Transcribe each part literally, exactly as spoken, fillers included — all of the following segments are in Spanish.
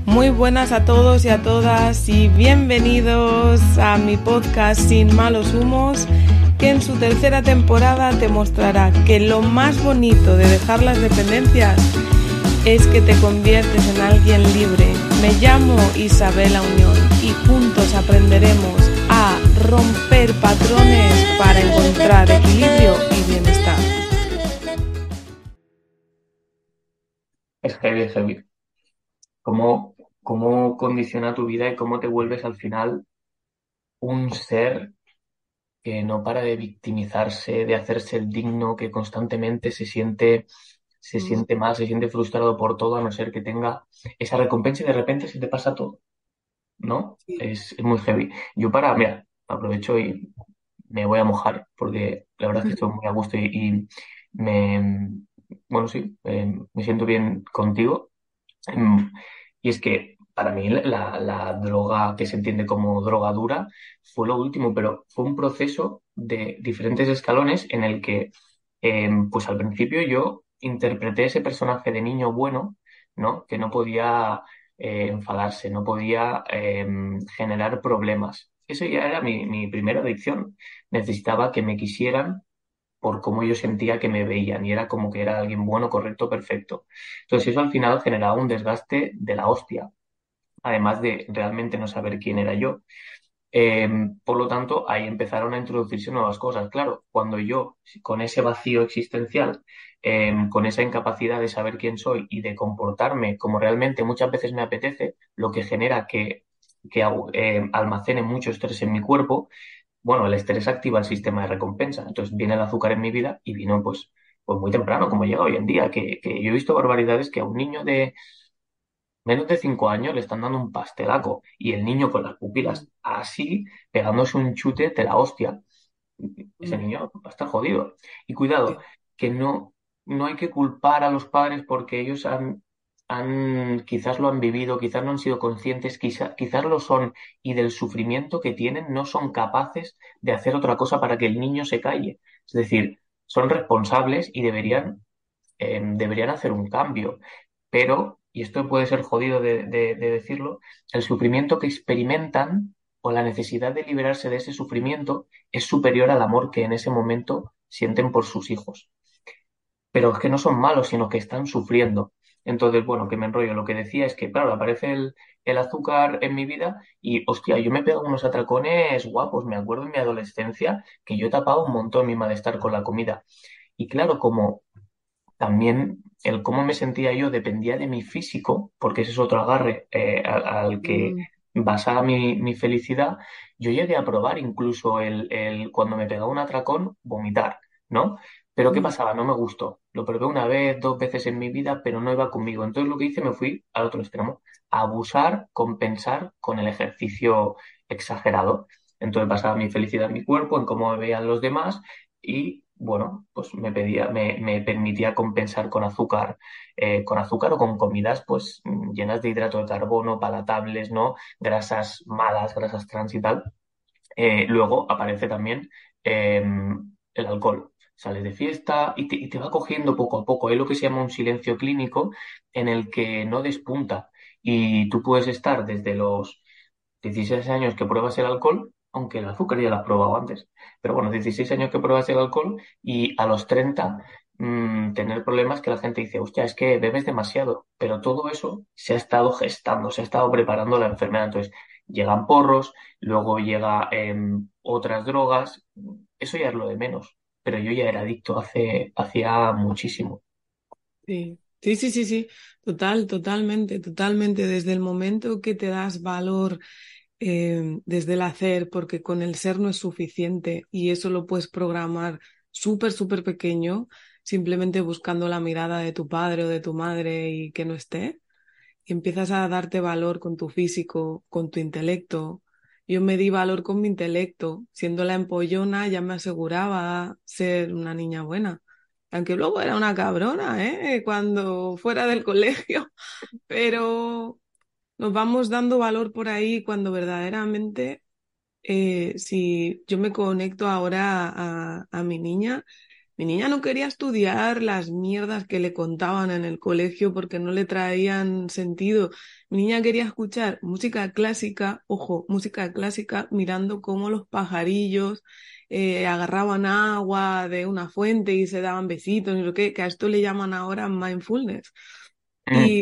Muy buenas a todos y a todas y bienvenidos a mi podcast Sin Malos Humos, que en su tercera temporada te mostrará que lo más bonito de dejar las dependencias es que te conviertes en alguien libre. Me llamo Isabela Unión y juntos aprenderemos a romper patrones para encontrar equilibrio y bienestar. Es heavy, es heavy. Cómo, cómo condiciona tu vida y cómo te vuelves al final un ser que no para de victimizarse, de hacerse el digno, que constantemente se siente, se Mm. siente mal, se siente frustrado por todo, a no ser que tenga esa recompensa y de repente se te pasa todo, ¿no? Sí. Es, es muy heavy. Yo para, mira, aprovecho y me voy a mojar porque la verdad es que estoy muy a gusto y, y me, bueno, sí, eh, me siento bien contigo. Mm, Y es que para mí la, la droga que se entiende como droga dura fue lo último, pero fue un proceso de diferentes escalones en el que, eh, pues al principio yo interpreté ese personaje de niño bueno, ¿no? Que no podía eh, enfadarse, no podía eh, generar problemas. Eso ya era mi, mi primera adicción. Necesitaba que me quisieran por cómo yo sentía que me veían y era como que era alguien bueno, correcto, perfecto. Entonces eso al final generaba un desgaste de la hostia, además de realmente no saber quién era yo. Eh, por lo tanto, ahí empezaron a introducirse nuevas cosas. Claro, cuando yo, con ese vacío existencial, eh, con esa incapacidad de saber quién soy y de comportarme como realmente muchas veces me apetece, lo que genera que, que eh, almacene mucho estrés en mi cuerpo, bueno, el estrés activa el sistema de recompensa. Entonces viene el azúcar en mi vida y vino pues, pues muy temprano, como llega hoy en día, que, que yo he visto barbaridades que a un niño de menos de cinco años le están dando un pastelaco y el niño con las Mm. pupilas así, pegándose un chute de la hostia. Ese Mm. niño va a estar jodido. Y cuidado, Sí. que no, no hay que culpar a los padres porque ellos han, han, quizás lo han vivido, quizás no han sido conscientes, quizá- quizás lo son, y del sufrimiento que tienen no son capaces de hacer otra cosa para que el niño se calle. Es decir, son responsables y deberían, eh, deberían hacer un cambio. Pero, y esto puede ser jodido de, de de decirlo, el sufrimiento que experimentan o la necesidad de liberarse de ese sufrimiento es superior al amor que en ese momento sienten por sus hijos. Pero es que no son malos, sino que están sufriendo. Entonces, bueno, que me enrollo. Lo que decía es que, claro, aparece el, el azúcar en mi vida y, hostia, yo me he pegado unos atracones guapos. Me acuerdo en mi adolescencia que yo he tapado un montón mi malestar con la comida. Y claro, como también el cómo me sentía yo dependía de mi físico, porque ese es otro agarre eh, al, al que Mm. basaba mi, mi felicidad. Yo llegué a probar incluso el, el cuando me pegaba un atracón, vomitar, ¿no? Pero ¿qué Mm. pasaba? No me gustó. Lo probé una vez, dos veces en mi vida, pero no iba conmigo. Entonces lo que hice me fui al otro extremo, a abusar, compensar con el ejercicio exagerado. Entonces basaba mi felicidad en mi cuerpo, en cómo me veían los demás y bueno, pues me pedía, me, me permitía compensar con azúcar, eh, con azúcar o con comidas pues mm, llenas de hidrato de carbono, palatables, ¿no? Grasas malas, grasas trans y tal. Eh, luego aparece también eh, el alcohol. Sales de fiesta y te, y te va cogiendo poco a poco. Es lo que se llama un silencio clínico en el que no despunta. Y tú puedes estar desde los dieciséis años que pruebas el alcohol, aunque el azúcar ya lo has probado antes, pero bueno, dieciséis años que pruebas el alcohol y a los treinta mm, tener problemas que la gente dice, hostia, es que bebes demasiado, pero todo eso se ha estado gestando, se ha estado preparando la enfermedad. Entonces, llegan porros, luego llega em, otras drogas, eso ya es lo de menos, pero yo ya era adicto hace, hacía muchísimo. Sí, sí, sí, sí, sí, total, totalmente, totalmente. Desde el momento que te das valor, eh, desde el hacer, porque con el ser no es suficiente y eso lo puedes programar súper, súper pequeño, simplemente buscando la mirada de tu padre o de tu madre y que no esté, y empiezas a darte valor con tu físico, con tu intelecto. Yo me di valor con mi intelecto, siendo la empollona ya me aseguraba ser una niña buena. Aunque luego era una cabrona, ¿eh? Cuando fuera del colegio, pero nos vamos dando valor por ahí cuando verdaderamente, eh, si yo me conecto ahora a, a mi niña, Mi niña no quería estudiar las mierdas que le contaban en el colegio porque no le traían sentido. Mi niña quería escuchar música clásica, ojo, música clásica, mirando cómo los pajarillos eh, agarraban agua de una fuente y se daban besitos y lo que, que a esto le llaman ahora mindfulness. Mm, Y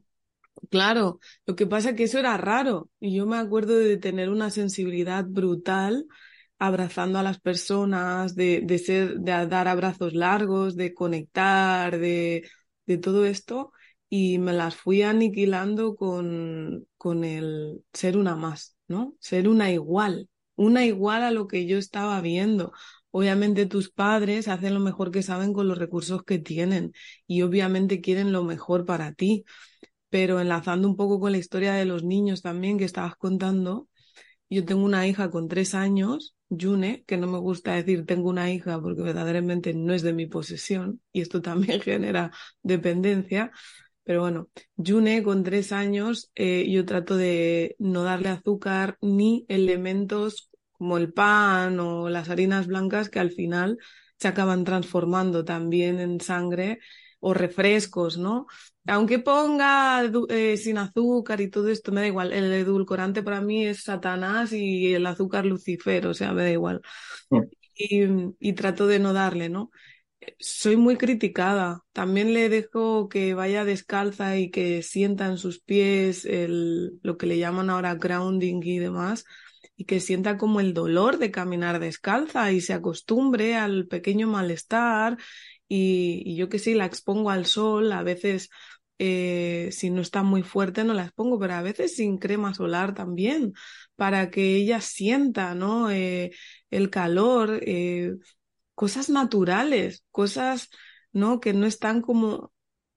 claro, lo que pasa es que eso era raro y yo me acuerdo de tener una sensibilidad brutal abrazando a las personas, de, de ser, de dar abrazos largos, de conectar, de, de todo esto y me las fui aniquilando con, con el ser una más, ¿no? Ser una igual, una igual a lo que yo estaba viendo. Obviamente tus padres hacen lo mejor que saben con los recursos que tienen y obviamente quieren lo mejor para ti, pero enlazando un poco con la historia de los niños también que estabas contando, yo tengo una hija con tres años, June, que no me gusta decir tengo una hija porque verdaderamente no es de mi posesión y esto también genera dependencia, pero bueno, June con tres años, eh, yo trato de no darle azúcar ni elementos como el pan o las harinas blancas que al final se acaban transformando también en sangre o refrescos, ¿no? Aunque ponga eh, sin azúcar y todo esto, me da igual. El edulcorante para mí es Satanás y el azúcar Lucifer, o sea, me da igual. mm, Y, y trato de no darle, ¿no? Soy muy criticada. También le dejo que vaya descalza y que sienta en sus pies el, lo que le llaman ahora grounding y demás, y que sienta como el dolor de caminar descalza y se acostumbre al pequeño malestar. Y, y yo que sí, la expongo al sol, a veces eh, si no está muy fuerte no la expongo, pero a veces sin crema solar también, para que ella sienta, ¿no? Eh, el calor. Eh, cosas naturales, cosas, ¿no? Que no están como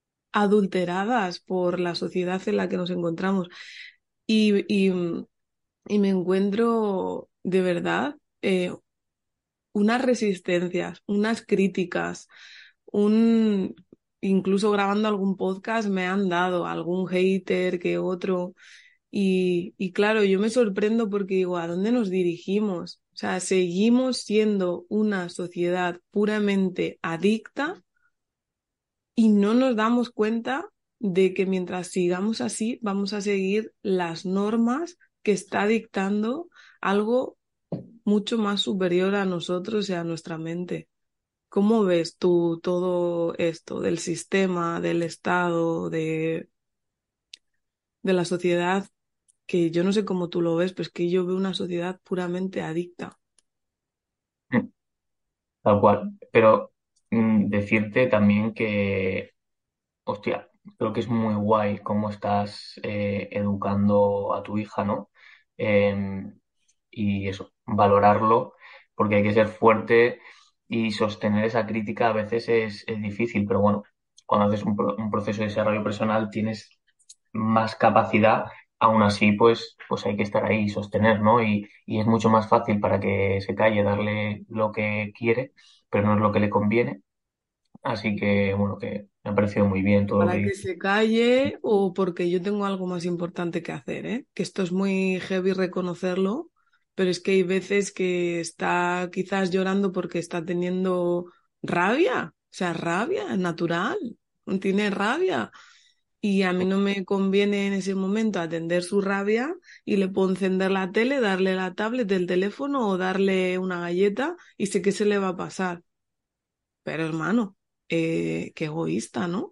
adulteradas por la sociedad en la que nos encontramos. Y, y, y me encuentro de verdad eh, unas resistencias, unas críticas, un incluso grabando algún podcast me han dado algún hater que otro. Y, y claro, yo me sorprendo porque digo, ¿a dónde nos dirigimos? O sea, seguimos siendo una sociedad puramente adicta y no nos damos cuenta de que mientras sigamos así, vamos a seguir las normas que está dictando algo mucho más superior a nosotros y a nuestra mente. ¿Cómo ves tú todo esto del sistema, del Estado, de, de la sociedad? Que yo no sé cómo tú lo ves, pero es que yo veo una sociedad puramente adicta. mm, tal cual. Pero mm, decirte también que, hostia, creo que es muy guay cómo estás eh, educando a tu hija, ¿no? Em, y eso, valorarlo, porque hay que ser fuerte y sostener esa crítica a veces es, es difícil, pero bueno, cuando haces un, pro- un proceso de desarrollo personal tienes más capacidad, aún así pues, pues hay que estar ahí y sostener, ¿no? Y, y es mucho más fácil para que se calle darle lo que quiere, pero no es lo que le conviene. Así que, bueno, que me ha parecido muy bien todo lo que Para que dices. se calle o porque yo tengo algo más importante que hacer, ¿eh? Que esto es muy heavy reconocerlo, pero es que hay veces que está quizás llorando porque está teniendo rabia, o sea, rabia, es natural, tiene rabia. Y a mí no me conviene en ese momento atender su rabia y le puedo encender la tele, darle la tablet, el teléfono o darle una galleta y sé que se le va a pasar. Pero hermano, eh, qué egoísta, ¿no? O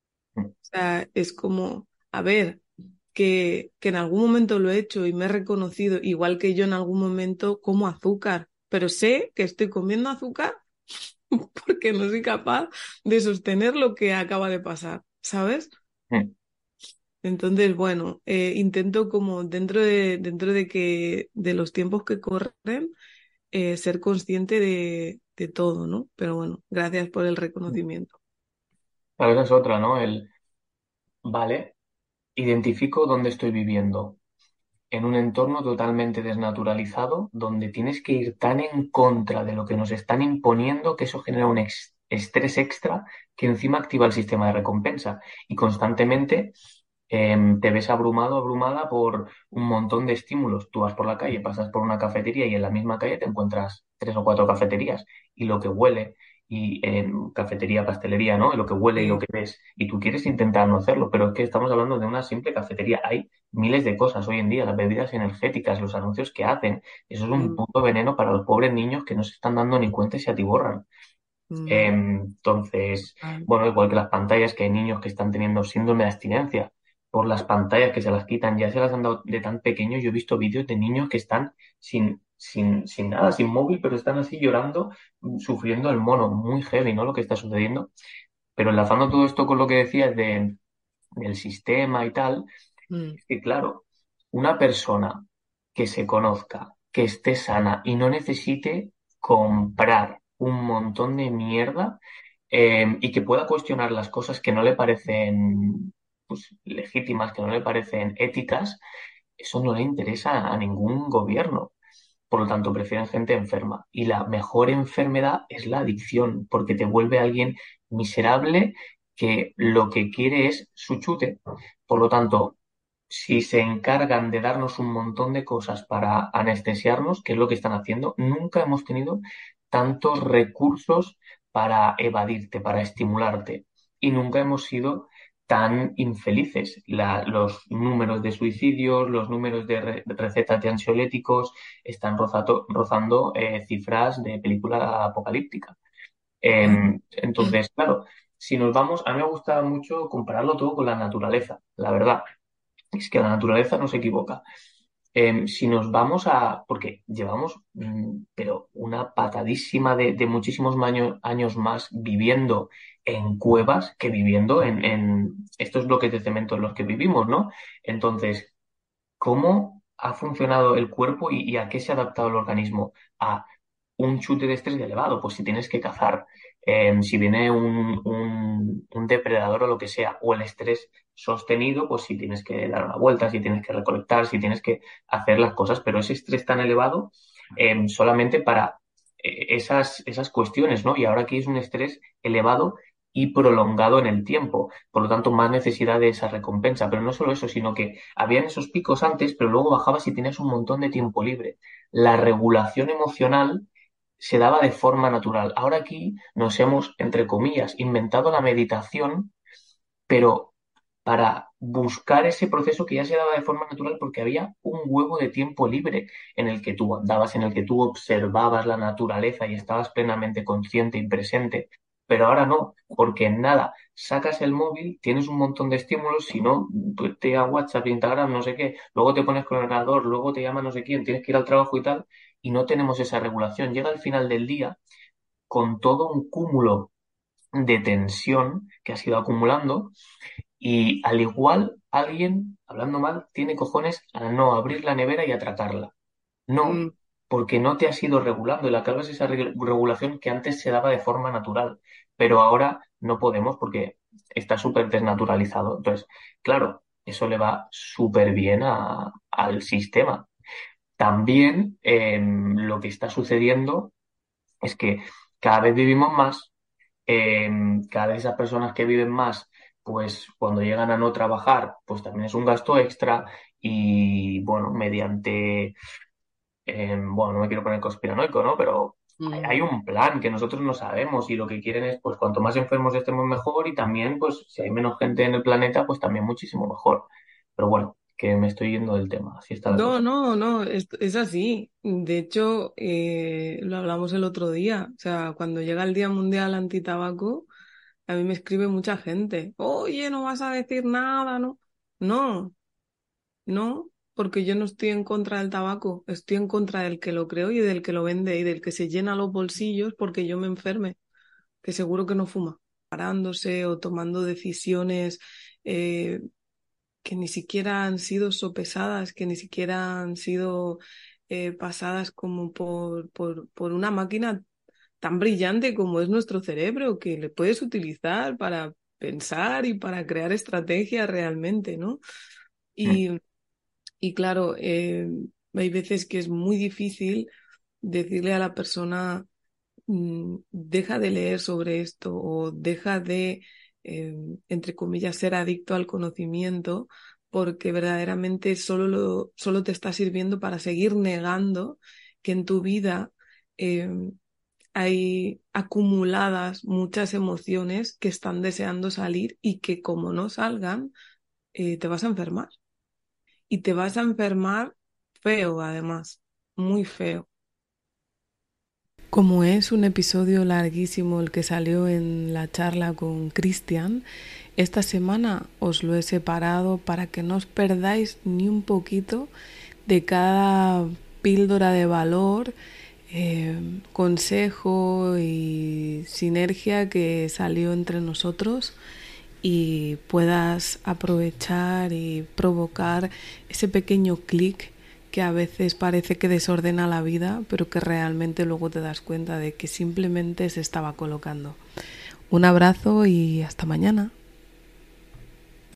sea, es como, a ver, que, que en algún momento lo he hecho y me he reconocido, igual que yo en algún momento como azúcar, pero sé que estoy comiendo azúcar porque no soy capaz de sostener lo que acaba de pasar, ¿sabes? Mm, Entonces, bueno, eh, intento como dentro de, dentro de que de los tiempos que corren, eh, ser consciente de, de todo, ¿no? Pero bueno, gracias por el mm. reconocimiento. Claro, esa es otra, ¿no? El, vale, identifico dónde estoy viviendo. En un entorno totalmente desnaturalizado, donde tienes que ir tan en contra de lo que nos están imponiendo que eso genera un ex- estrés extra que encima activa el sistema de recompensa y constantemente em, te ves abrumado, abrumada por un montón de estímulos. Tú vas por la calle, pasas por una cafetería y en la misma calle te encuentras tres o cuatro cafeterías y lo que huele y en cafetería, pastelería, ¿no? Lo que huele y lo Sí. que ves. Y tú quieres intentar no hacerlo, pero es que estamos hablando de una simple cafetería. Hay miles de cosas hoy en día, las bebidas energéticas, los anuncios que hacen. Eso es un Mm, puto veneno para los pobres niños que no se están dando ni cuenta y se atiborran. mm, Entonces, ah, bueno, igual que las pantallas, que hay niños que están teniendo síndrome de abstinencia por las pantallas que se las quitan, ya se las han dado de tan pequeños. Yo he visto vídeos de niños que están sin, sin, sin nada, sin móvil, pero están así llorando, mm, sufriendo el mono. Muy heavy, ¿no? Lo que está sucediendo. Pero enlazando todo esto con lo que decías de, del sistema y tal, mm, es que claro, una persona que se conozca, que esté sana y no necesite comprar un montón de mierda, eh, y que pueda cuestionar las cosas que no le parecen, pues, legítimas, que no le parecen éticas, eso no le interesa a ningún gobierno. Por lo tanto, prefieren gente enferma. Y la mejor enfermedad es la adicción, porque te vuelve alguien miserable que lo que quiere es su chute. Por lo tanto, si se encargan de darnos un montón de cosas para anestesiarnos, que es lo que están haciendo, nunca hemos tenido tantos recursos para evadirte, para estimularte. Y nunca hemos sido tan infelices. La- los números de suicidios, los números de re- recetas de ansiolíticos están rozato- rozando eh, cifras de película apocalíptica. ah, Em, mm, entonces, claro, si nos vamos, a mí me gusta mucho compararlo todo con la naturaleza, la verdad. Es que la naturaleza no se equivoca. Em, si nos vamos a, porque llevamos, mm, pero una patadísima de, de muchísimos maño- años más viviendo en cuevas que viviendo en, en estos bloques de cemento en los que vivimos, ¿no? Entonces, ¿cómo ha funcionado el cuerpo y, y a qué se ha adaptado el organismo? A un chute de estrés elevado, pues si tienes que cazar, eh, si viene un, un- un depredador o lo que sea, o el estrés sostenido, pues si tienes que dar una vuelta, si tienes que recolectar, si tienes que hacer las cosas, pero ese estrés tan elevado, eh, solamente para eh, esas, esas cuestiones, ¿no? Y ahora aquí es un estrés elevado y prolongado en el tiempo, por lo tanto, más necesidad de esa recompensa, pero no solo eso, sino que habían esos picos antes, pero luego bajabas y tenías un montón de tiempo libre. La regulación emocional se daba de forma natural. Ahora aquí nos hemos, entre comillas, inventado la meditación, pero para buscar ese proceso que ya se daba de forma natural porque había un huevo de tiempo libre en el que tú andabas, en el que tú observabas la naturaleza y estabas plenamente consciente y presente. Pero ahora no, porque en nada, sacas el móvil, tienes un montón de estímulos, si no, pues te a WhatsApp, Instagram, no sé qué, luego te pones con el ordenador, luego te llama no sé quién, tienes que ir al trabajo y tal, y no tenemos esa regulación. Llega al final del día con todo un cúmulo de tensión que has ido acumulando y al igual alguien, hablando mal, tiene cojones a no abrir la nevera y atracarla. No, mm. porque no te has ido regulando y la clave es esa re- regulación que antes se daba de forma natural, pero ahora no podemos porque está súper desnaturalizado. Entonces, claro, eso le va súper bien a- al sistema. También em, lo que está sucediendo es que cada vez vivimos más, eh, cada vez esas personas que viven más, pues cuando llegan a no trabajar, pues también es un gasto extra y bueno, mediante, eh, bueno, no me quiero poner conspiranoico, ¿no? Pero hay, hay Mm. un plan que nosotros no sabemos y lo que quieren es, pues cuanto más enfermos estemos mejor y también, pues si hay menos gente en el planeta, pues también muchísimo mejor. Pero bueno, que me estoy yendo del tema, así está la No, cosa. no, no, es, es así. De hecho, eh, lo hablamos el otro día. O sea, cuando llega el Día Mundial Antitabaco, a mí me escribe mucha gente. Oye, no vas a decir nada, ¿no? No, no, porque yo no estoy en contra del tabaco. Estoy en contra del que lo creó y del que lo vende y del que se llena los bolsillos porque yo me enferme, que seguro que no fuma. Parándose o tomando decisiones eh, que ni siquiera han sido sopesadas, que ni siquiera han sido eh, pasadas como por, por, por una máquina tan brillante como es nuestro cerebro, que le puedes utilizar para pensar y para crear estrategias realmente, ¿no? Mm, Y, y claro, eh, hay veces que es muy difícil decirle a la persona, mm, deja de leer sobre esto o deja de, eh, entre comillas, ser adicto al conocimiento, porque verdaderamente solo, lo, solo te está sirviendo para seguir negando que en tu vida eh, hay acumuladas muchas emociones que están deseando salir y que como no salgan, eh, te vas a enfermar. Y te vas a enfermar feo, además, muy feo. Como es un episodio larguísimo el que salió en la charla con Cristian, esta semana os lo he separado para que no os perdáis ni un poquito de cada píldora de valor, eh, consejo y sinergia que salió entre nosotros y puedas aprovechar y provocar ese pequeño clic que a veces parece que desordena la vida, pero que realmente luego te das cuenta de que simplemente se estaba colocando. Un abrazo y hasta mañana.